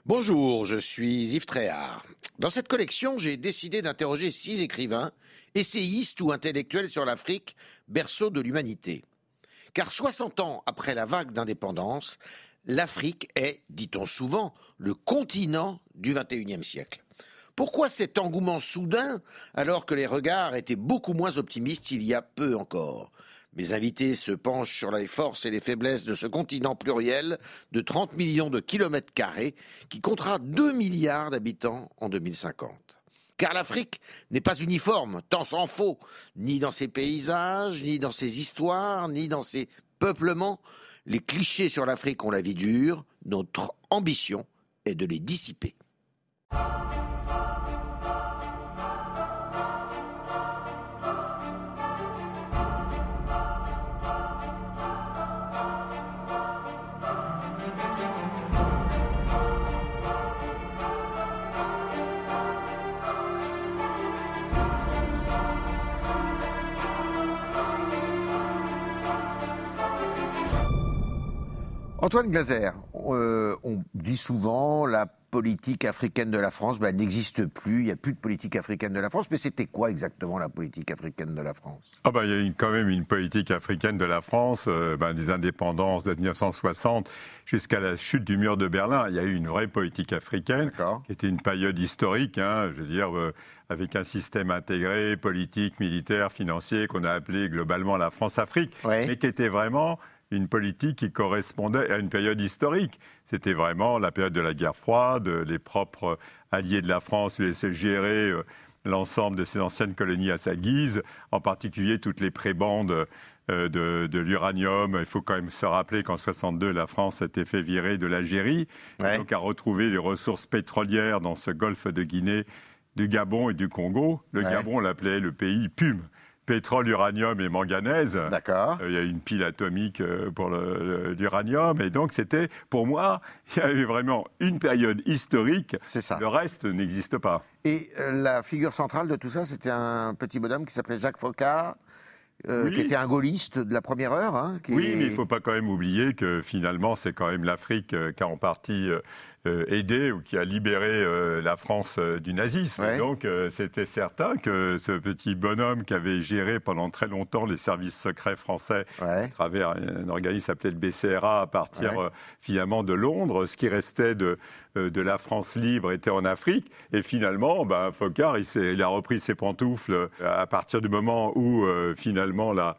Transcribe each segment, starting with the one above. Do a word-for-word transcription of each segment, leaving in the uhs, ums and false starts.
Bonjour, je suis Yves Tréhard. Dans cette collection, j'ai décidé d'interroger six écrivains, essayistes ou intellectuels sur l'Afrique, berceau de l'humanité. Car soixante ans après la vague d'indépendance, l'Afrique est, dit-on souvent, le continent du vingt et unième siècle. Pourquoi cet engouement soudain alors que les regards étaient beaucoup moins optimistes il y a peu encore ? Mes invités se penchent sur les forces et les faiblesses de ce continent pluriel de trente millions de kilomètres carrés qui comptera deux milliards d'habitants en deux mille cinquante. Car l'Afrique n'est pas uniforme, tant s'en faut, ni dans ses paysages, ni dans ses histoires, ni dans ses peuplements. Les clichés sur l'Afrique ont la vie dure, notre ambition est de les dissiper. Antoine Glaser, euh, on dit souvent la politique africaine de la France ben, n'existe plus, il n'y a plus de politique africaine de la France, mais c'était quoi exactement la politique africaine de la France ? Ah ben, il y a une, quand même une politique africaine de la France, euh, ben, des indépendances de dix-neuf cent soixante jusqu'à la chute du mur de Berlin. Il y a eu une vraie politique africaine, D'accord. qui était une période historique, hein, je veux dire, euh, avec un système intégré, politique, militaire, financier, qu'on a appelé globalement la France-Afrique, Ouais. mais qui était vraiment une politique qui correspondait à une période historique. C'était vraiment la période de la guerre froide, les propres alliés de la France lui laissaient gérer euh, l'ensemble de ses anciennes colonies à sa guise, en particulier toutes les prébandes euh, de, de l'uranium. Il faut quand même se rappeler qu'en soixante-deux, la France s'était fait virer de l'Algérie, Ouais. donc a retrouvé les ressources pétrolières dans ce golfe de Guinée, du Gabon et du Congo. Le Ouais. Gabon, on l'appelait le pays P U M. Pétrole, uranium et manganèse. D'accord. Euh, il y a une pile atomique euh, pour le- le- l'uranium. Et donc, c'était, pour moi, il y avait vraiment une période historique. C'est ça. Le reste n'existe pas. Et euh, la figure centrale de tout ça, c'était un petit bonhomme qui s'appelait Jacques Foccart, euh, Oui, qui était c'est- un gaulliste de la première heure. Hein, qui Oui, est- mais il ne faut pas quand même oublier que finalement, c'est quand même l'Afrique euh, qui a en partie euh, euh, aidé ou qui a libéré euh, la France euh, du nazisme. Ouais. Et donc, euh, c'était certain que ce petit bonhomme qui avait géré pendant très longtemps les services secrets français Ouais. à travers un organisme appelé le B C R A à partir Ouais. euh, finalement de Londres, ce qui restait de, euh, de la France libre était en Afrique. Et finalement, ben, Foccart, il, s'est- il a repris ses pantoufles euh, à partir du moment où euh, finalement la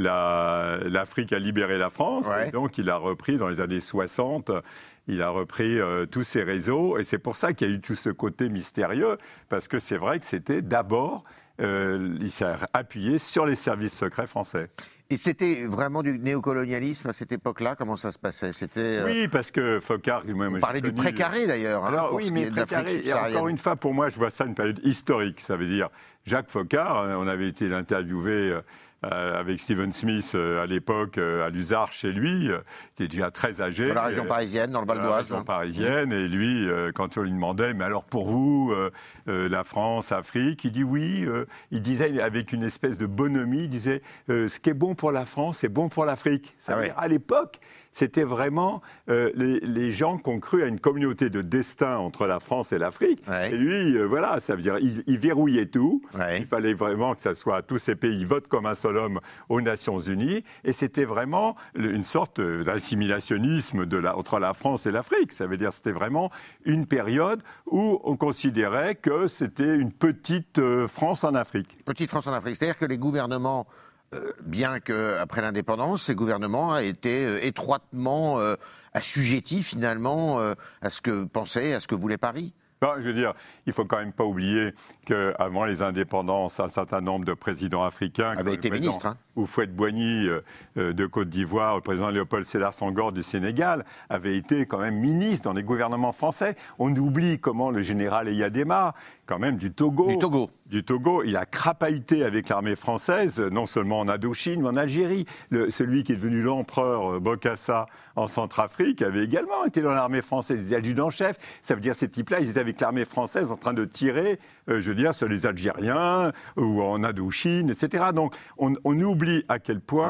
la- l'Afrique a libéré la France, Ouais. et donc il a repris dans les années soixante, il a repris euh, tous ses réseaux, et c'est pour ça qu'il y a eu tout ce côté mystérieux, parce que c'est vrai que c'était d'abord, euh, il s'est appuyé sur les services secrets français. Et c'était vraiment du néocolonialisme à cette époque-là. Comment ça se passait ? C'était. euh, Oui, parce que Foccart... Moi, on moi, parlait j'ai du connu- précaré d'ailleurs. Hein, Alors pour oui, ce qui mais est de l'Afrique précaré, et subsaharienne. encore une fois, pour moi, je vois ça une période historique. Ça veut dire, Jacques Foccart, hein, on avait été interviewé euh, euh, avec Stephen Smith euh, à l'époque euh, à Luzard chez lui. Euh, il était déjà très âgé. Dans la région Euh, parisienne, dans le Val dans la d'Oise. région hein. parisienne, et lui, euh, quand on lui demandait, mais alors pour vous, euh, euh, la France, Afrique, il dit oui, euh, il disait avec une espèce de bonhomie, il disait, euh, ce qui est bon pour la France, c'est bon pour l'Afrique. Ça Ah veut ouais. dire, à l'époque, c'était vraiment euh, les, les gens qui ont cru à une communauté de destin entre la France et l'Afrique. Ouais. Et lui, euh, voilà, ça veut dire, il, il verrouillait tout. Ouais. Il fallait vraiment que ça soit tous ces pays votent comme un seul homme aux Nations Unies. Et c'était vraiment le- une sorte euh, d'assimilationnisme de la, entre la France et l'Afrique. Ça veut dire que c'était vraiment une période où on considérait que c'était une petite euh, France en Afrique. Petite France en Afrique. C'est-à-dire que les gouvernements, euh, bien qu'après l'indépendance, ces gouvernements étaient euh, étroitement euh, assujettis finalement euh, à ce que pensait, à ce que voulait Paris. Ben, je veux dire, il ne faut quand même pas oublier qu'avant les indépendances, un certain nombre de présidents africains... Avait comme été le président ministre, hein. Houphouët-Boigny euh, euh, de Côte d'Ivoire, le président Léopold Sédar Senghor du Sénégal, avaient été quand même ministres dans les gouvernements français. On oublie comment le général Eyadema, quand même du Togo... Du Togo. Du Togo, il a crapahuté avec l'armée française, non seulement en Indochine, mais en Algérie. Le- celui qui est devenu l'empereur euh, Bokassa en Centrafrique avait également été dans l'armée française. Il était adjudant-chef. Ça veut dire ces types-là, ils étaient avec l'armée française en train de tirer, euh, je veux dire, sur les Algériens ou en Indochine, et cetera. Donc, on, on oublie à quel point Ouais.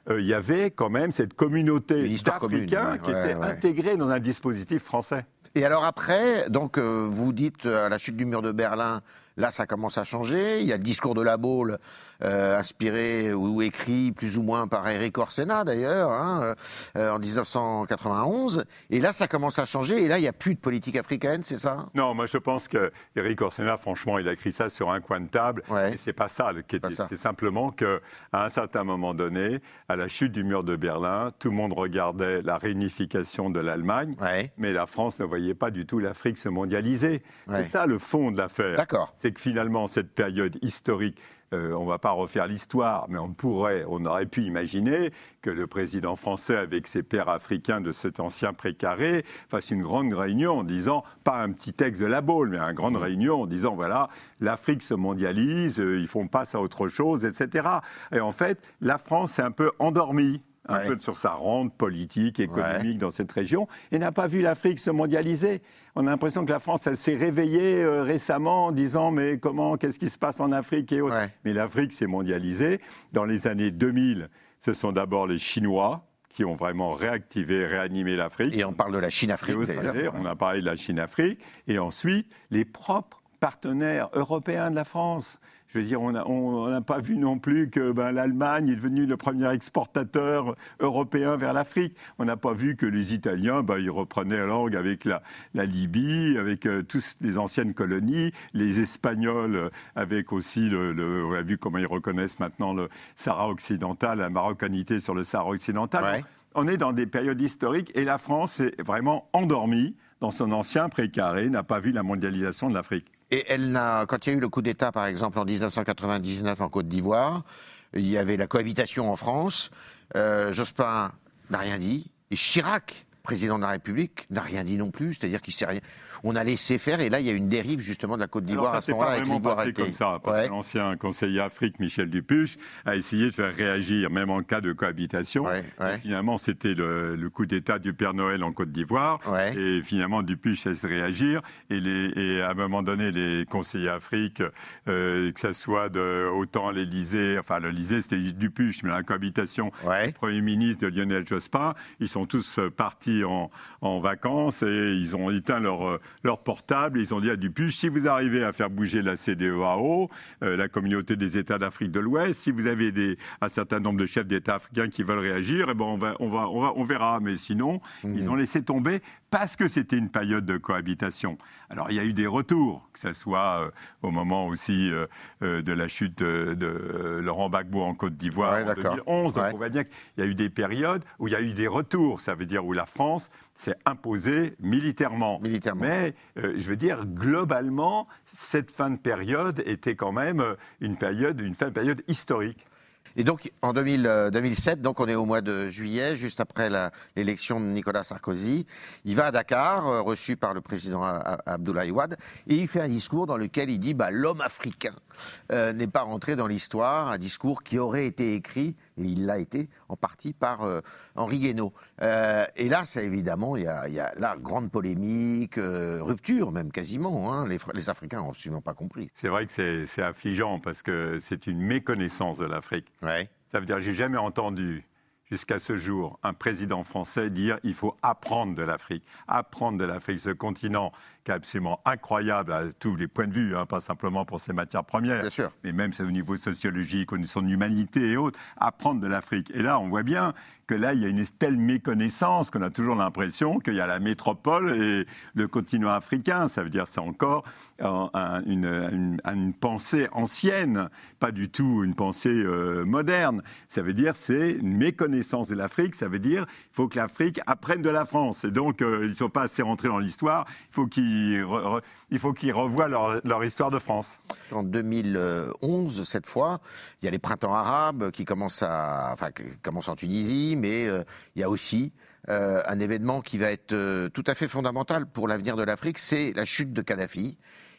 euh, il y avait quand même cette communauté d'Africains ouais, qui ouais, était ouais. intégrée dans un dispositif français. Et alors après, donc euh, vous dites à la chute du mur de Berlin, là ça commence à changer. Il y a le discours de La Baule, euh, inspiré ou écrit plus ou moins par Éric Orsena d'ailleurs, hein, euh, en dix-neuf cent quatre-vingt-onze. Et là ça commence à changer. Et là il n'y a plus de politique africaine, c'est ça? Non, moi je pense que Éric Orsena, franchement, il a écrit ça sur un coin de table. Ouais. Et c'est pas ça qui était. C'est simplement que à un certain moment donné, à la chute du mur de Berlin, tout le monde regardait la réunification de l'Allemagne, ouais. mais la France ne voyait pas du tout l'Afrique se mondialiser. Ouais. C'est ça le fond de l'affaire. D'accord. C'est que finalement cette période historique. Euh, on ne va pas refaire l'histoire, mais on pourrait, on aurait pu imaginer que le président français, avec ses pairs africains de cet ancien précaré, fasse une grande réunion en disant, pas un petit texte de La Baule, mais une grande mmh. réunion en disant, voilà, l'Afrique se mondialise, euh, ils font passe à autre chose, et cetera. Et en fait, la France s'est un peu endormie. Un ouais. peu sur sa rente politique, économique ouais. dans cette région, et n'a pas vu l'Afrique se mondialiser. On a l'impression que la France elle s'est réveillée euh, récemment en disant mais comment, qu'est-ce qui se passe en Afrique et autres. Ouais. Mais l'Afrique s'est mondialisée. Dans les années deux mille, ce sont d'abord les Chinois qui ont vraiment réactivé, réanimé l'Afrique. Et on parle de la Chine-Afrique d'ailleurs. On a parlé de la Chine-Afrique. Et ensuite, les propres partenaires européens de la France. Je veux dire, on n'a on, pas vu non plus que ben, l'Allemagne est devenue le premier exportateur européen vers l'Afrique. On n'a pas vu que les Italiens, ben, ils reprenaient la langue avec la, la Libye, avec euh, toutes les anciennes colonies. Les Espagnols, euh, avec aussi, le, le, on a vu comment ils reconnaissent maintenant le Sahara occidental, la marocanité sur le Sahara occidental. Ouais. On est dans des périodes historiques et la France est vraiment endormie dans son ancien précaré, n'a pas vu la mondialisation de l'Afrique. Et elle n'a, quand il y a eu le coup d'État, par exemple, en dix-neuf cent quatre-vingt-dix-neuf en Côte d'Ivoire, il y avait la cohabitation en France, euh, Jospin n'a rien dit, et Chirac, président de la République, n'a rien dit non plus, c'est-à-dire qu'il ne sait rien. On a laissé faire, et là, il y a une dérive, justement, de la Côte d'Ivoire à ce moment-là. Ça s'est pas vraiment passé comme ça, parce ouais. que l'ancien conseiller Afrique, Michel Dupuche, a essayé de faire réagir, même en cas de cohabitation. Ouais, ouais. Finalement, c'était le, le coup d'État du Père Noël en Côte d'Ivoire, ouais. et finalement, Dupuche laisse réagir, et, les, et à un moment donné, les conseillers Afrique, euh, que ce soit de, autant l'Élysée, enfin, l'Élysée, c'était Dupuche, mais la cohabitation ouais. du Premier ministre de Lionel Jospin, ils sont tous partis en, en vacances, et ils ont éteint leur... leur portable, ils ont dit à Dupuche, si vous arrivez à faire bouger la C D E A O, euh, la communauté des États d'Afrique de l'Ouest, si vous avez des, un certain nombre de chefs d'État africains qui veulent réagir, eh ben on, va, on, va, on, va, on verra. Mais sinon, mmh. ils ont laissé tomber parce que c'était une période de cohabitation. Alors, il y a eu des retours, que ce soit euh, au moment aussi euh, euh, de la chute de, de euh, Laurent Gbagbo en Côte d'Ivoire ouais, en deux mille onze. Ouais. Donc, on va dire qu'il y a eu des périodes où il y a eu des retours. Ça veut dire où la France s'est imposée militairement. militairement. Mais, euh, je veux dire, globalement, cette fin de période était quand même une période, une fin de période historique. Et donc, en deux mille, euh, deux mille sept, donc on est au mois de juillet, juste après la, l'élection de Nicolas Sarkozy. Il va à Dakar, euh, reçu par le président Abdoulaye Wade, et il fait un discours dans lequel il dit bah, « l'homme africain euh, n'est pas rentré dans l'histoire », un discours qui aurait été écrit, et il l'a été, en partie par euh, Henri Guénaud. Euh, et là, c'est évidemment, il y a, il y a là, grande polémique, euh, rupture même quasiment. Hein, les, les Africains n'ont absolument pas compris. C'est vrai que c'est, c'est affligeant, parce que c'est une méconnaissance de l'Afrique. Ouais. Ça veut dire que j'ai jamais entendu jusqu'à ce jour un président français dire il faut apprendre de l'Afrique, apprendre de l'Afrique, ce continent qui est absolument incroyable à tous les points de vue, hein, pas simplement pour ses matières premières, bien sûr. mais même au niveau sociologique, au niveau de son humanité et autres, apprendre de l'Afrique. Et là, on voit bien que là, il y a une telle méconnaissance qu'on a toujours l'impression qu'il y a la métropole et le continent africain. Ça veut dire c'est encore un, un, une, une, une pensée ancienne, pas du tout une pensée euh, moderne. Ça veut dire c'est une méconnaissance de l'Afrique. Ça veut dire il faut que l'Afrique apprenne de la France. Et donc, euh, ils ne sont pas assez rentrés dans l'histoire. Il faut qu'ils Re, re, il faut qu'ils revoient leur, leur histoire de France. En deux mille onze, cette fois, il y a les printemps arabes qui commencent, à, enfin, qui commencent en Tunisie, mais euh, il y a aussi euh, un événement qui va être euh, tout à fait fondamental pour l'avenir de l'Afrique, c'est la chute de Kadhafi.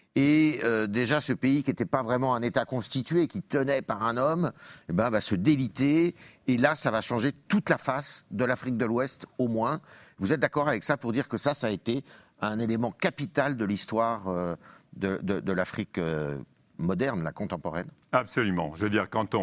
Et euh, déjà, ce pays qui n'était pas vraiment un État constitué, qui tenait par un homme, eh ben, va se déliter. Et là, ça va changer toute la face de l'Afrique de l'Ouest, au moins. Vous êtes d'accord avec ça pour dire que ça, ça a été un élément capital de l'histoire euh, de, de, de l'Afrique euh, moderne, la contemporaine? Absolument. Je veux dire, quand on,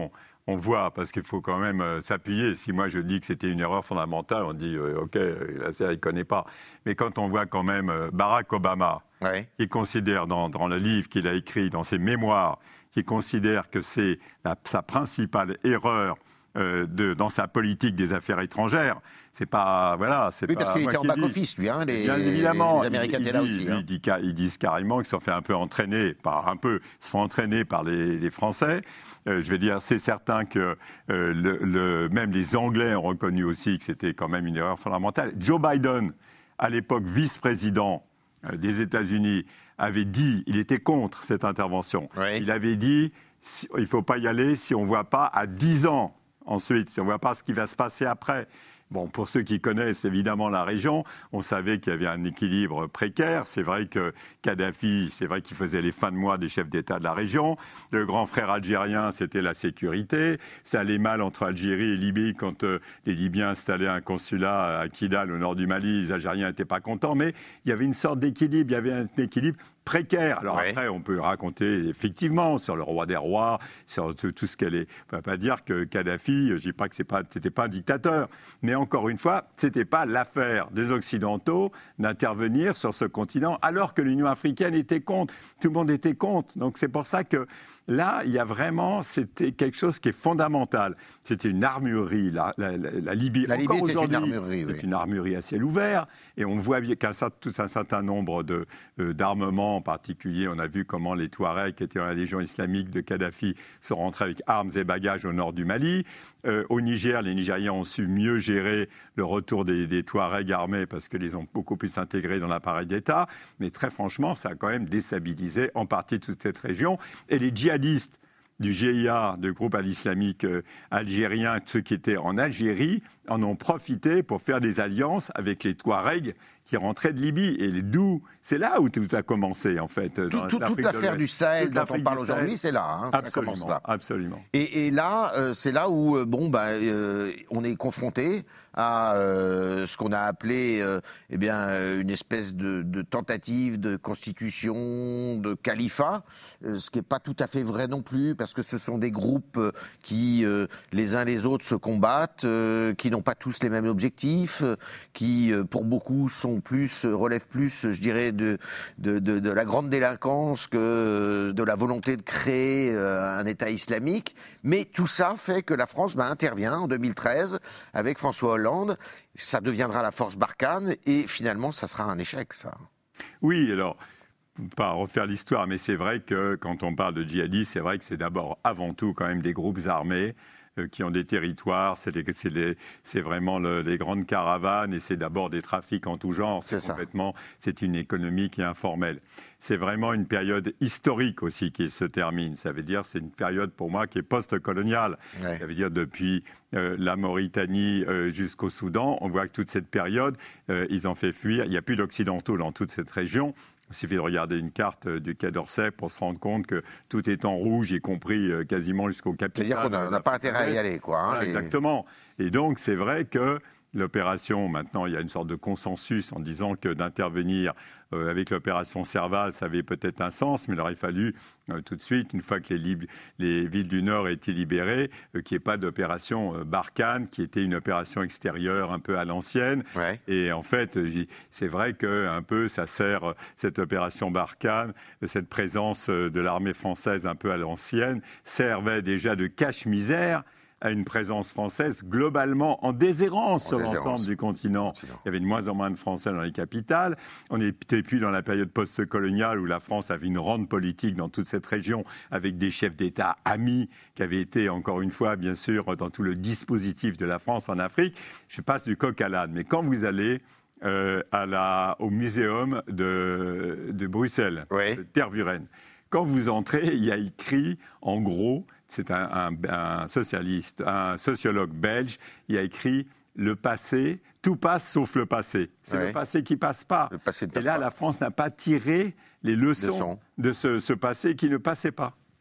on voit, parce qu'il faut quand même euh, s'appuyer. Si moi je dis que c'était une erreur fondamentale, on dit euh, OK, la C I A ne connaît pas. Mais quand on voit quand même euh, Barack Obama, ouais. qui considère dans, dans le livre qu'il a écrit, dans ses mémoires, qui considère que c'est la, sa principale erreur euh, de, dans sa politique des affaires étrangères, c'est pas voilà, c'est oui, pas parce qu'il était en back-office, lui, hein, les, bien évidemment, les Américains étaient là aussi. Lui, hein. il dit, ils disent carrément qu'ils se sont fait un peu entraîner, par un peu, ils se font entraîner par les, les Français. Euh, je vais dire, c'est certain que euh, le, le, même les Anglais ont reconnu aussi que c'était quand même une erreur fondamentale. Joe Biden, à l'époque vice-président euh, des États-Unis, avait dit, il était contre cette intervention. Oui. Il avait dit, si, il ne faut pas y aller si on ne voit pas à dix ans ensuite, si on ne voit pas ce qui va se passer après. Bon, pour ceux qui connaissent évidemment la région, on savait qu'il y avait un équilibre précaire. C'est vrai que Kadhafi, c'est vrai qu'il faisait les fins de mois des chefs d'État de la région. Le grand frère algérien, c'était la sécurité. Ça allait mal entre Algérie et Libye quand euh, les Libyens installaient un consulat à Kidal, au nord du Mali. Les Algériens n'étaient pas contents, mais il y avait une sorte d'équilibre. Il y avait un équilibre précaire. Alors ouais. après, on peut raconter effectivement sur le roi des rois, sur tout, tout ce qu'elle est. On ne peut pas dire que Kadhafi, je ne dis pas que ce n'était pas un dictateur, mais encore une fois, ce n'était pas l'affaire des Occidentaux d'intervenir sur ce continent, alors que l'Union africaine était contre. Tout le monde était contre. Donc c'est pour ça que là, il y a vraiment, c'était quelque chose qui est fondamental. C'était une armurerie, la, la, la, la Libye. La Libye était une armurerie, c'est oui. une armurerie à ciel ouvert. Et on voit qu'un tout un certain nombre de, euh, d'armements, en particulier, on a vu comment les Touaregs, qui étaient dans la Légion islamique de Kadhafi, sont rentrés avec armes et bagages au nord du Mali. Euh, au Niger, les Nigérians ont su mieux gérer le retour des, des Touaregs armés parce qu'ils ont beaucoup plus intégré dans l'appareil d'État. Mais très franchement, ça a quand même déstabilisé en partie toute cette région. Et les djihadistes du G I A, du groupe al-islamique euh, algérien, ceux qui étaient en Algérie, en ont profité pour faire des alliances avec les Touaregs qui rentraient de Libye. Et d'où, c'est là où tout a commencé, en fait. Tout, tout, toute l'affaire du Sahel dont on parle aujourd'hui, c'est là. Hein, absolument, ça commence là. Absolument. Et, et là, euh, c'est là où, euh, bon, bah, euh, on est confronté à euh, ce qu'on a appelé euh, eh bien, euh, une espèce de, de tentative de constitution, de califat, euh, ce qui n'est pas tout à fait vrai non plus, parce que ce sont des groupes euh, qui, euh, les uns les autres, se combattent, euh, qui n'ont pas tous les mêmes objectifs, euh, qui, euh, pour beaucoup, sont plus, relèvent plus, je dirais, de, de, de, de la grande délinquance que de la volonté de créer euh, un État islamique. Mais tout ça fait que la France bah, intervient en deux mille treize avec François Hollande. Ça deviendra la force Barkhane et finalement, ça sera un échec, ça. Oui, alors, pas refaire l'histoire, mais c'est vrai que quand on parle de djihadistes, c'est vrai que c'est d'abord, avant tout, quand même des groupes armés euh, qui ont des territoires. C'est, les, c'est, les, c'est vraiment le, les grandes caravanes et c'est d'abord des trafics en tout genre. C'est, c'est complètement, c'est une économie qui est informelle. C'est vraiment une période historique aussi qui se termine. Ça veut dire c'est une période pour moi qui est post-coloniale. Ouais. Ça veut dire depuis euh, la Mauritanie euh, jusqu'au Soudan, on voit que toute cette période, euh, ils ont fait fuir. Il n'y a plus d'occidentaux dans toute cette région. Il suffit de regarder une carte du Quai d'Orsay pour se rendre compte que tout est en rouge, y compris euh, quasiment jusqu'au Capitole. C'est-à-dire qu'on n'a pas intérêt à y aller, quoi. Hein, voilà, les... Exactement. Et donc c'est vrai que l'opération, maintenant, il y a une sorte de consensus en disant que d'intervenir euh, avec l'opération Serval, ça avait peut-être un sens, mais il aurait fallu euh, tout de suite, une fois que les, lib- les villes du Nord étaient libérées, euh, qu'il n'y ait pas d'opération euh, Barkhane, qui était une opération extérieure un peu à l'ancienne. Ouais. Et en fait, c'est vrai qu'un peu, ça sert, cette opération Barkhane, cette présence de l'armée française un peu à l'ancienne, servait déjà de cache-misère à une présence française globalement en déshérence en sur déshérence. l'ensemble du continent. continent. Il y avait de moins en moins de Français dans les capitales. On n'était plus dans la période post-coloniale où la France avait une rente politique dans toute cette région avec des chefs d'État amis qui avaient été, encore une fois, bien sûr, dans tout le dispositif de la France en Afrique. Je passe du coq à l'âne. Mais quand vous allez euh, à la, au muséum de, de Bruxelles, oui. de Tervuren, quand vous entrez, il y a écrit, en gros, c'est un, un, un socialiste, un sociologue belge, il a écrit « Le passé, tout passe sauf le passé ». C'est ouais. le passé qui ne passe pas. Passe Et là, pas. la France n'a pas tiré les leçons, leçons. de ce, ce passé qui ne passait pas.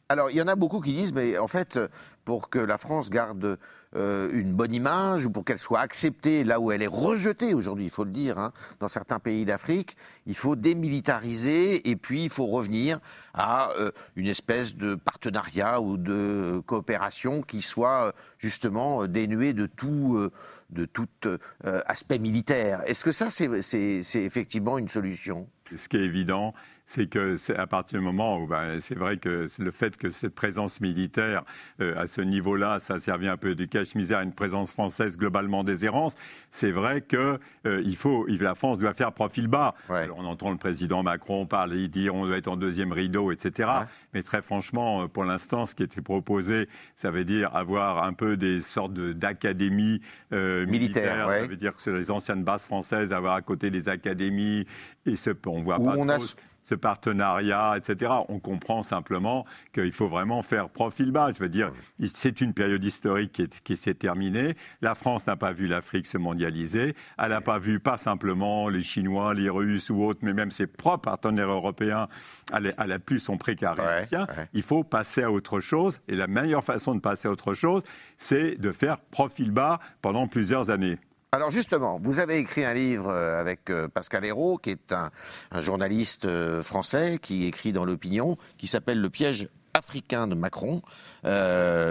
Alors, il y en a beaucoup qui disent, mais en fait, pour que la France garde euh, une bonne image, ou pour qu'elle soit acceptée là où elle est rejetée aujourd'hui, il faut le dire, hein, dans certains pays d'Afrique, il faut démilitariser et puis il faut revenir à euh, une espèce de partenariat ou de coopération qui soit justement dénuée de tout... Euh, de tout euh, aspect militaire. Est-ce que ça, c'est, c'est, c'est effectivement une solution ? Ce qui est évident, c'est que c'est à partir du moment où ben, c'est vrai que c'est le fait que cette présence militaire euh, à ce niveau-là, ça servait un peu du cache-misère à une présence française globalement déshérence, c'est vrai que euh, il faut, la France doit faire profil bas. Ouais. Alors, on entend le président Macron parler, dire on doit être en deuxième rideau, et cetera. Ouais. Mais très franchement, pour l'instant, ce qui était proposé, ça veut dire avoir un peu des sortes de, d'académies euh, militaires. militaires ouais. Ça veut dire que sur les anciennes bases françaises, avoir à côté des académies, et ce, on voit Où pas on trop... A... ce partenariat, et cetera. On comprend simplement qu'il faut vraiment faire profil bas. Je veux dire, c'est une période historique qui, est, qui s'est terminée. La France n'a pas vu l'Afrique se mondialiser. Elle n'a pas vu pas simplement les Chinois, les Russes ou autres, mais même ses propres partenaires européens. Elle n'a plus son précaré ancien. Ouais, ouais. Il faut passer à autre chose. Et la meilleure façon de passer à autre chose, c'est de faire profil bas pendant plusieurs années. Alors justement, vous avez écrit un livre avec Pascal Hérault, qui est un, un journaliste français qui écrit dans l'Opinion, qui s'appelle « Le piège africain de Macron euh, »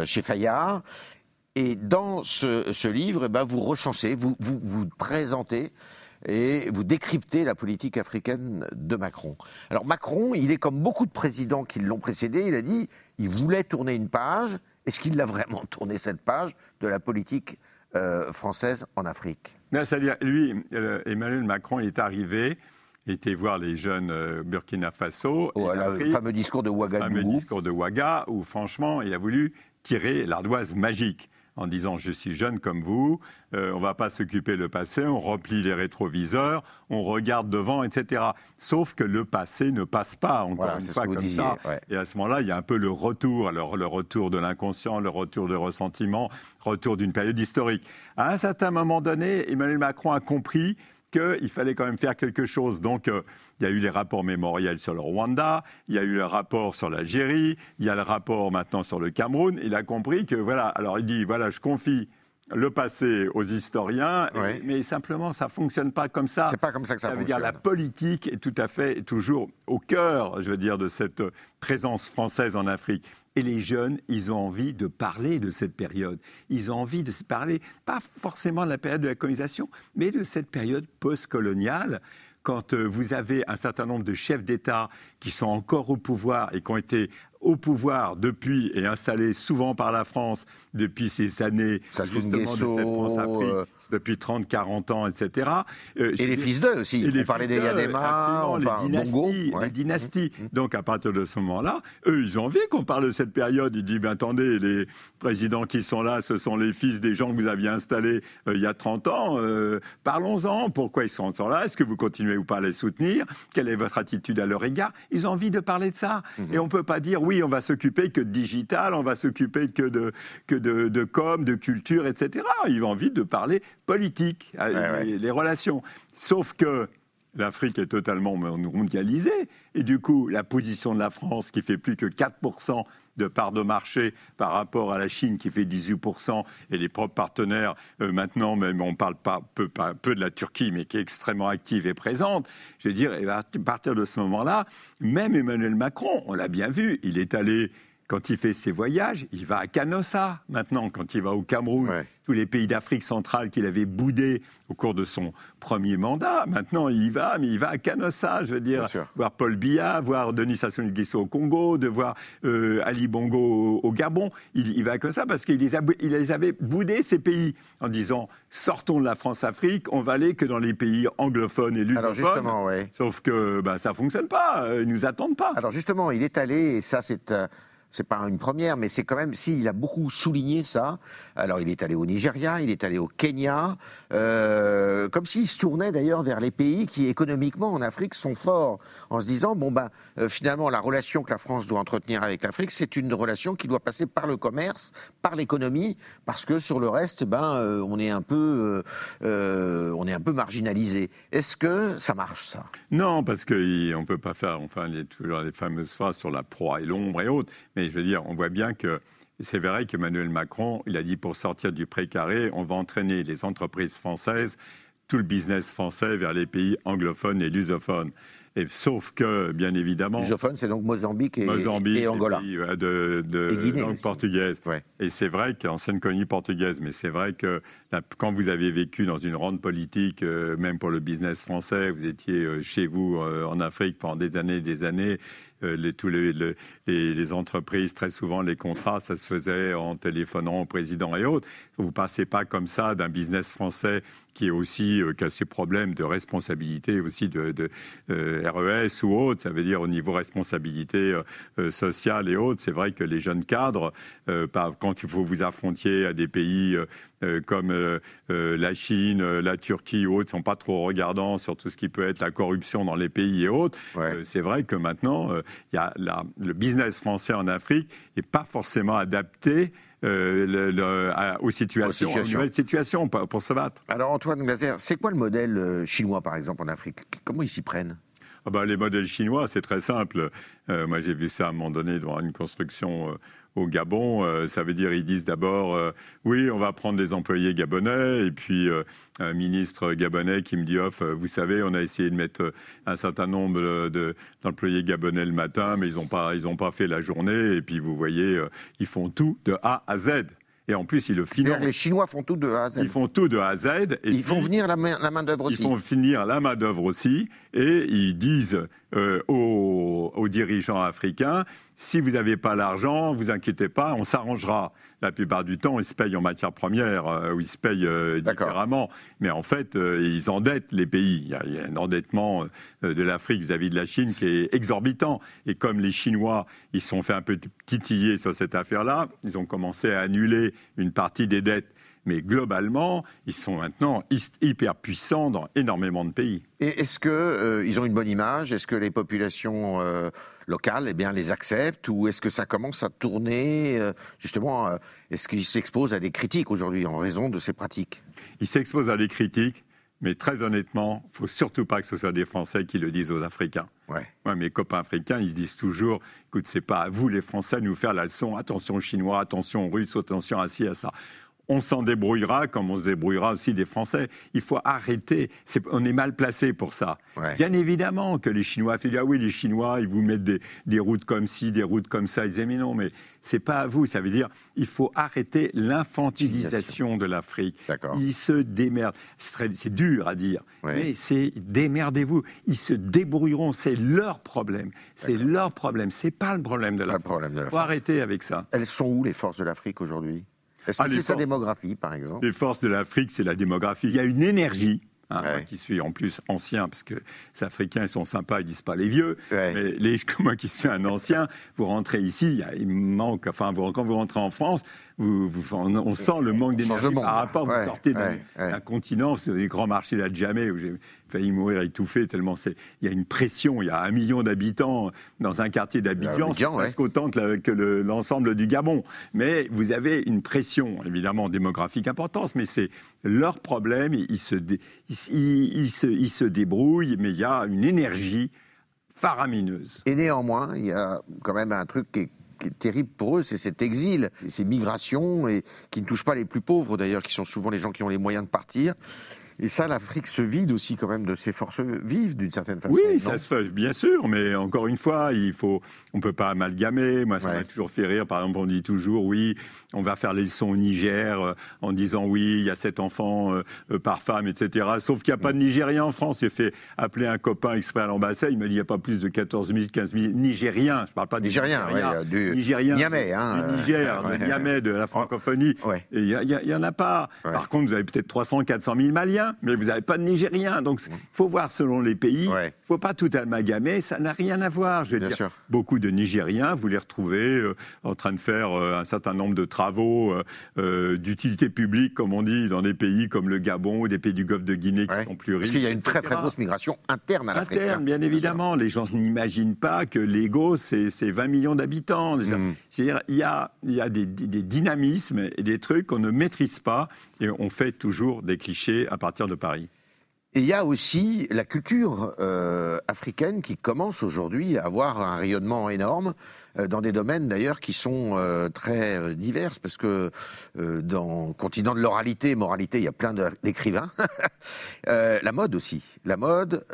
chez Fayard. Et dans ce, ce livre, eh ben, vous recensez, vous, vous, vous présentez et vous décryptez la politique africaine de Macron. Alors Macron, il est comme beaucoup de présidents qui l'ont précédé, il a dit il voulait tourner une page. Est-ce qu'il l'a vraiment tourné, cette page de la politique Euh, française en Afrique? C'est-à-dire, lui, euh, Emmanuel Macron, il est arrivé, il était voir les jeunes euh, Burkina Faso. Oh, le fameux discours de Ouagadougou. Le fameux discours de Ouaga, où franchement, il a voulu tirer l'ardoise magique en disant « je suis jeune comme vous, euh, on ne va pas s'occuper du passé, on replie les rétroviseurs, on regarde devant, et cetera » Sauf que le passé ne passe pas, encore voilà, une fois, comme disiez, ça. Ouais. Et à ce moment-là, il y a un peu le retour, alors le retour de l'inconscient, le retour de ressentiment, retour d'une période historique. À un certain moment donné, Emmanuel Macron a compris qu'il fallait quand même faire quelque chose. Donc, euh, il y a eu les rapports mémoriels sur le Rwanda, il y a eu le rapport sur l'Algérie, il y a le rapport maintenant sur le Cameroun. Il a compris que, voilà, alors il dit, voilà, je confie le passé aux historiens, oui. mais simplement, ça ne fonctionne pas comme ça. C'est pas comme ça que ça, ça veut fonctionne. dire la politique est tout à fait, toujours au cœur, je veux dire, de cette présence française en Afrique. Et les jeunes, ils ont envie de parler de cette période. Ils ont envie de se parler, pas forcément de la période de la colonisation, mais de cette période post-coloniale, quand vous avez un certain nombre de chefs d'État qui sont encore au pouvoir et qui ont été au pouvoir depuis et installés souvent par la France depuis ces années Sassou justement Nguesso, de cette France-Afrique, euh... depuis trente, quarante ans, et cetera. Euh, et les dire, fils d'eux aussi. Et on parlait des Yadema, on les parle dynasties, Bongo, ouais. les dynasties. Mmh. Donc à partir de ce moment-là, eux, ils ont envie qu'on parle de cette période. Ils disent, ben, attendez, les présidents qui sont là, ce sont les fils des gens que vous aviez installés euh, il y a trente ans. Euh, parlons-en. Pourquoi ils sont encore là? Est-ce que vous continuez ou pas à les soutenir? Quelle est votre attitude à leur égard? Ils ont envie de parler de ça. Mmh. Et on ne peut pas dire, oui, on va s'occuper que de digital, on va s'occuper que de, que de, de com, de culture, et cetera. Ils ont envie de parler politique, ouais, les, ouais. les relations. Sauf que l'Afrique est totalement mondialisée. Et du coup, la position de la France, qui fait plus que quatre pour cent de part de marché par rapport à la Chine, qui fait dix-huit pour cent, et les propres partenaires, euh, maintenant, même on parle pas peu, pas peu de la Turquie, mais qui est extrêmement active et présente. Je veux dire, à partir de ce moment-là, même Emmanuel Macron, on l'a bien vu, il est allé... Quand il fait ses voyages, il va à Canossa. Maintenant, quand il va au Cameroun, ouais. tous les pays d'Afrique centrale qu'il avait boudés au cours de son premier mandat, maintenant il y va, mais il va à Canossa, je veux dire, voir Paul Biya, voir Denis Sassou Nguesso au Congo, de voir euh, Ali Bongo au, au Gabon. Il, il va comme ça parce qu'il les, a, il les avait boudés, ces pays, en disant « sortons de la France-Afrique, on va aller que dans les pays anglophones et lusophones ». Ouais. Sauf que ben, ça ne fonctionne pas, ils ne nous attendent pas. Alors justement, il est allé, et ça c'est... Euh... C'est pas une première, mais c'est quand même, si, il a beaucoup souligné ça. Alors, il est allé au Nigeria, il est allé au Kenya, euh, comme s'il se tournait d'ailleurs vers les pays qui, économiquement, en Afrique, sont forts, en se disant, bon, ben, euh, finalement, la relation que la France doit entretenir avec l'Afrique, c'est une relation qui doit passer par le commerce, par l'économie, parce que sur le reste, ben, euh, on est un peu, euh, on est un peu marginalisé. Est-ce que ça marche, ça? Non, parce qu'on ne peut pas faire, enfin, il y a toujours les fameuses phrases sur la proie et l'ombre et autres. Mais je veux dire, on voit bien que c'est vrai qu'Emmanuel Macron, il a dit pour sortir du précaré, on va entraîner les entreprises françaises, tout le business français vers les pays anglophones et lusophones. Et, sauf que, bien évidemment... Lusophone, c'est donc Mozambique et, Mozambique et Angola. Et, pays, de, de et Guinée, langue portugaise. Ouais. Et c'est vrai qu'ancienne colonie portugaise, mais c'est vrai que là, quand vous avez vécu dans une rente politique, euh, même pour le business français, vous étiez euh, chez vous euh, en Afrique pendant des années et des années, euh, les, tous les, les, les entreprises, très souvent, les contrats, ça se faisait en téléphonant au président et autres. Vous ne passez pas comme ça d'un business français qui est aussi euh, qui a ses problèmes de responsabilité aussi de, de euh, R E S ou autre, ça veut dire au niveau responsabilité euh, sociale et autres. C'est vrai que les jeunes cadres, euh, quand il faut vous affronter à des pays euh, comme euh, euh, la Chine, euh, la Turquie ou autres, ne sont pas trop regardants sur tout ce qui peut être la corruption dans les pays et autres. Ouais. Euh, c'est vrai que maintenant, euh, y a la, le business français en Afrique n'est pas forcément adapté Euh, le, le, à, aux situations, aux, situations. aux nouvelles situations pour, pour se battre. Alors Antoine Glaser, c'est quoi le modèle euh, chinois par exemple en Afrique? Comment ils s'y prennent? Ah ben, les modèles chinois, c'est très simple. Euh, moi j'ai vu ça à un moment donné dans une construction euh, au Gabon. Euh, ça veut dire ils disent d'abord euh, oui, on va prendre des employés gabonais, et puis euh, un ministre gabonais qui me dit off, oh, vous savez, on a essayé de mettre un certain nombre de, d'employés gabonais le matin, mais ils n'ont pas, ils ont pas fait la journée, et puis vous voyez, euh, ils font tout de A à Z. Et en plus, ils le financent. Les Chinois font tout de A à Z. Ils font tout de A à Z. Et ils font venir la main, la main d'œuvre aussi. Ils font venir la main d'œuvre aussi. Et ils disent euh, aux, aux dirigeants africains, si vous n'avez pas l'argent, vous inquiétez pas, on s'arrangera. La plupart du temps, ils se payent en matières premières, euh, ou ils se payent euh, différemment. Mais en fait, euh, ils endettent les pays. Il y a, il y a un endettement euh, de l'Afrique vis-à-vis de la Chine qui est exorbitant. Et comme les Chinois, ils se sont fait un peu titiller sur cette affaire-là, ils ont commencé à annuler une partie des dettes. Mais globalement, ils sont maintenant hyper puissants dans énormément de pays. Et est-ce qu'ils euh, ont une bonne image? Est-ce que les populations euh, locales eh bien, les acceptent? Ou est-ce que ça commence à tourner euh, Justement, euh, est-ce qu'ils s'exposent à des critiques aujourd'hui en raison de ces pratiques? Ils s'exposent à des critiques, mais très honnêtement, il ne faut surtout pas que ce soit des Français qui le disent aux Africains. Ouais. Ouais, mes copains africains, ils se disent toujours, écoute, c'est pas à vous les Français de nous faire la leçon, attention aux Chinois, attention aux Russes, attention à ci, à ça. On s'en débrouillera comme on se débrouillera aussi des Français. Il faut arrêter. C'est, on est mal placé pour ça. Ouais. Bien évidemment que les Chinois, ah oui, les Chinois, ils vous mettent des, des routes comme ci, des routes comme ça. Ils disaient, mais non, mais c'est pas à vous. Ça veut dire, il faut arrêter l'infantilisation de l'Afrique. D'accord. Ils se démerdent. C'est, très, c'est dur à dire, ouais. mais c'est démerdez-vous. Ils se débrouilleront. C'est leur problème. C'est D'accord. leur problème. C'est pas le problème de l'Afrique. Il faut arrêter avec ça. Elles sont où les forces de l'Afrique aujourd'hui? Est-ce que ah, c'est sa démographie, par exemple? Les forces de l'Afrique, c'est la démographie. Il y a une énergie, hein, ouais. moi qui suis en plus ancien, parce que les Africains, ils sont sympas, ils disent pas les vieux. Ouais. Mais les, moi qui suis un ancien, vous rentrez ici, il manque, enfin, vous, quand vous rentrez en France, vous, vous, on, on sent le manque d'énergie par rapport, ouais, vous sortez d'un, ouais, ouais. d'un continent, vous avez les grands marchés là de jamais, où j'ai failli mourir étouffé tellement c'est, il y a une pression, il y a un million d'habitants dans un quartier d'Abidjan, c'est presque ouais. autant que, la, que le, l'ensemble du Gabon. Mais vous avez une pression, évidemment, démographique importante, mais c'est leur problème, ils se, dé, ils, ils, ils, se, ils se débrouillent, mais il y a une énergie faramineuse. Et néanmoins, il y a quand même un truc qui est qui est terrible pour eux, c'est cet exil, ces migrations, et qui ne touchent pas les plus pauvres d'ailleurs, qui sont souvent les gens qui ont les moyens de partir. Et ça, l'Afrique se vide aussi quand même de ses forces vives, d'une certaine façon. Oui, non ça se fait, bien sûr, mais encore une fois, il faut, on ne peut pas amalgamer. Moi, ça ouais. m'a toujours fait rire. Par exemple, on dit toujours, oui, on va faire les leçons au Niger, euh, en disant, oui, il y a sept enfants euh, euh, par femme, et cetera. Sauf qu'il n'y a pas de Nigériens en France. J'ai fait appeler un copain exprès à l'ambassade, il m'a dit, il n'y a pas plus de quatorze mille, quinze mille Nigériens. Je ne parle pas des Nigériens. Nigériens, ouais, du Nigériens. Niamey, hein. Du Niger, ouais. de Niamey, de la francophonie. Ouais. Et il n'y en a pas. Ouais. Par contre, vous avez peut-être trois cents, quatre cent mille Maliens, mais vous n'avez pas de Nigériens. Donc, il faut voir selon les pays. Il ouais. ne faut pas tout amalgamer. Ça n'a rien à voir. Je veux Bien dire, sûr. Beaucoup de Nigériens, vous les retrouvez euh, en train de faire euh, un certain nombre de travaux euh, euh, d'utilité publique, comme on dit, dans des pays comme le Gabon ou des pays du Golfe de Guinée ouais. qui sont plus riches. Parce qu'il y a une et cetera très, très grosse migration interne à l'Afrique. Interne, bien évidemment. Les gens n'imaginent pas que Lagos, c'est, c'est vingt millions d'habitants. Mmh. Je veux dire, il y a, il y a des, des dynamismes et des trucs qu'on ne maîtrise pas et on fait toujours des clichés à partir de Paris. Et il y a aussi la culture euh, africaine qui commence aujourd'hui à avoir un rayonnement énorme euh, dans des domaines d'ailleurs qui sont euh, très euh, divers, parce que euh, dans le continent de l'oralité, moralité, il y a plein de, d'écrivains. euh, la mode aussi, la mode,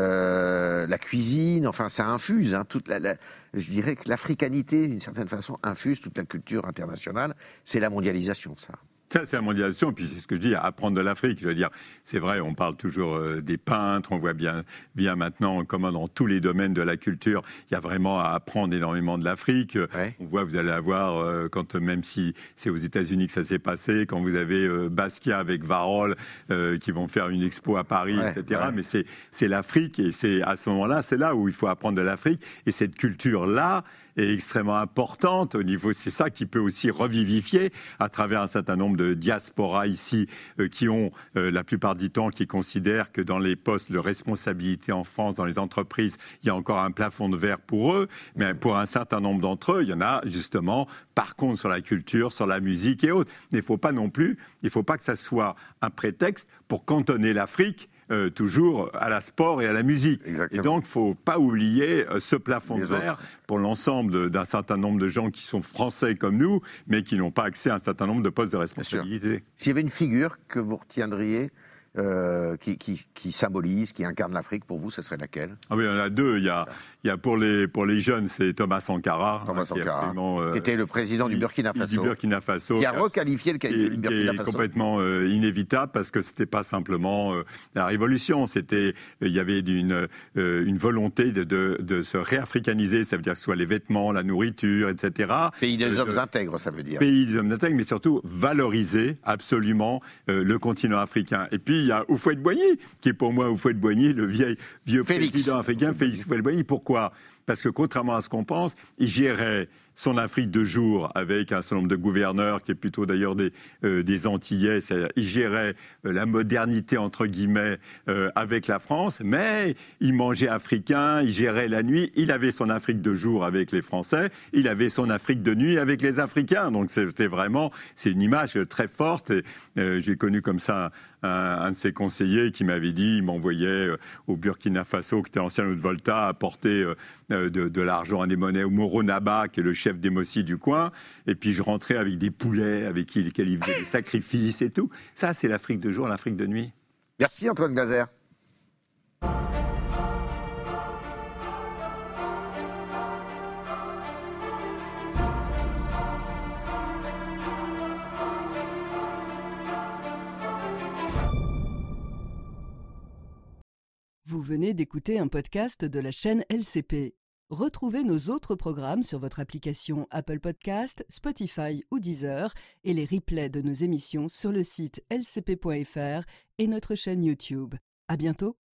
euh, la cuisine, enfin ça infuse hein, toute la, la je dirais que l'africanité, d'une certaine façon, infuse toute la culture internationale. C'est la mondialisation, ça. Ça, c'est la mondialisation, et puis c'est ce que je dis, apprendre de l'Afrique. Je veux dire, c'est vrai, on parle toujours euh, des peintres, on voit bien, bien maintenant comment dans tous les domaines de la culture, il y a vraiment à apprendre énormément de l'Afrique. Ouais. On voit, vous allez avoir, euh, quand même si c'est aux États-Unis que ça s'est passé, quand vous avez euh, Basquiat avec Warhol euh, qui vont faire une expo à Paris, ouais, et cetera. Ouais. Mais c'est, c'est l'Afrique, et c'est à ce moment-là, c'est là où il faut apprendre de l'Afrique. Et cette culture-là est extrêmement importante au niveau, c'est ça qui peut aussi revivifier à travers un certain nombre de diasporas ici euh, qui ont euh, la plupart du temps qui considèrent que dans les postes de responsabilité en France, dans les entreprises, il y a encore un plafond de verre pour eux, mais pour un certain nombre d'entre eux, il y en a justement par contre sur la culture, sur la musique et autres. Mais il ne faut pas non plus, il ne faut pas que ça soit un prétexte pour cantonner l'Afrique Euh, toujours à la sport et à la musique. Exactement. Et donc, il ne faut pas oublier euh, ce plafond de verre pour l'ensemble de, d'un certain nombre de gens qui sont français comme nous, mais qui n'ont pas accès à un certain nombre de postes de responsabilité. S'il y avait une figure que vous retiendriez, euh, qui, qui, qui symbolise, qui incarne l'Afrique, pour vous, ce serait laquelle ? Ah oui, il y en a deux. Il y a, il y a pour, les, pour les jeunes, c'est Thomas Sankara. Thomas hein, Sankara, qui, euh, qui était le président du Burkina Faso. Du Burkina Faso. Qui a requalifié le qui, du Burkina qui Faso. est complètement euh, inévitable, parce que ce n'était pas simplement euh, la révolution. C'était, il y avait une, euh, une volonté de, de, de se réafricaniser. Ça veut dire que ce soit les vêtements, la nourriture, et cetera. Pays des euh, hommes intègres, ça veut dire. Pays des hommes intègres, mais surtout valoriser absolument euh, le continent africain. Et puis, il y a Houphouët-Boigny, qui est pour moi Houphouët-Boigny, le vieil, vieux Félix. président africain, Félix Houphouët-Boigny. Pourquoi ? Parce que contrairement à ce qu'on pense, il gérait son Afrique de jour avec un certain nombre de gouverneurs, qui est plutôt d'ailleurs des, euh, des Antillais. Il gérait euh, la modernité, entre guillemets, euh, avec la France, mais il mangeait africain, il gérait la nuit. Il avait son Afrique de jour avec les Français, il avait son Afrique de nuit avec les Africains. Donc c'était vraiment, c'est une image très forte. Et, euh, j'ai connu comme ça un, un de ses conseillers qui m'avait dit, il m'envoyait euh, au Burkina Faso, qui était ancien de Volta, apporter euh, de, de l'argent, des monnaies au Moro Naba, qui est le chef démocratie du coin, et puis je rentrais avec des poulets avec qui lesquels il faisait des sacrifices et tout. Ça, c'est l'Afrique de jour, l'Afrique de nuit. Merci Antoine Glaser. Vous venez d'écouter un podcast de la chaîne L C P. Retrouvez nos autres programmes sur votre application Apple Podcast, Spotify ou Deezer et les replays de nos émissions sur le site l c p point f r et notre chaîne YouTube. À bientôt!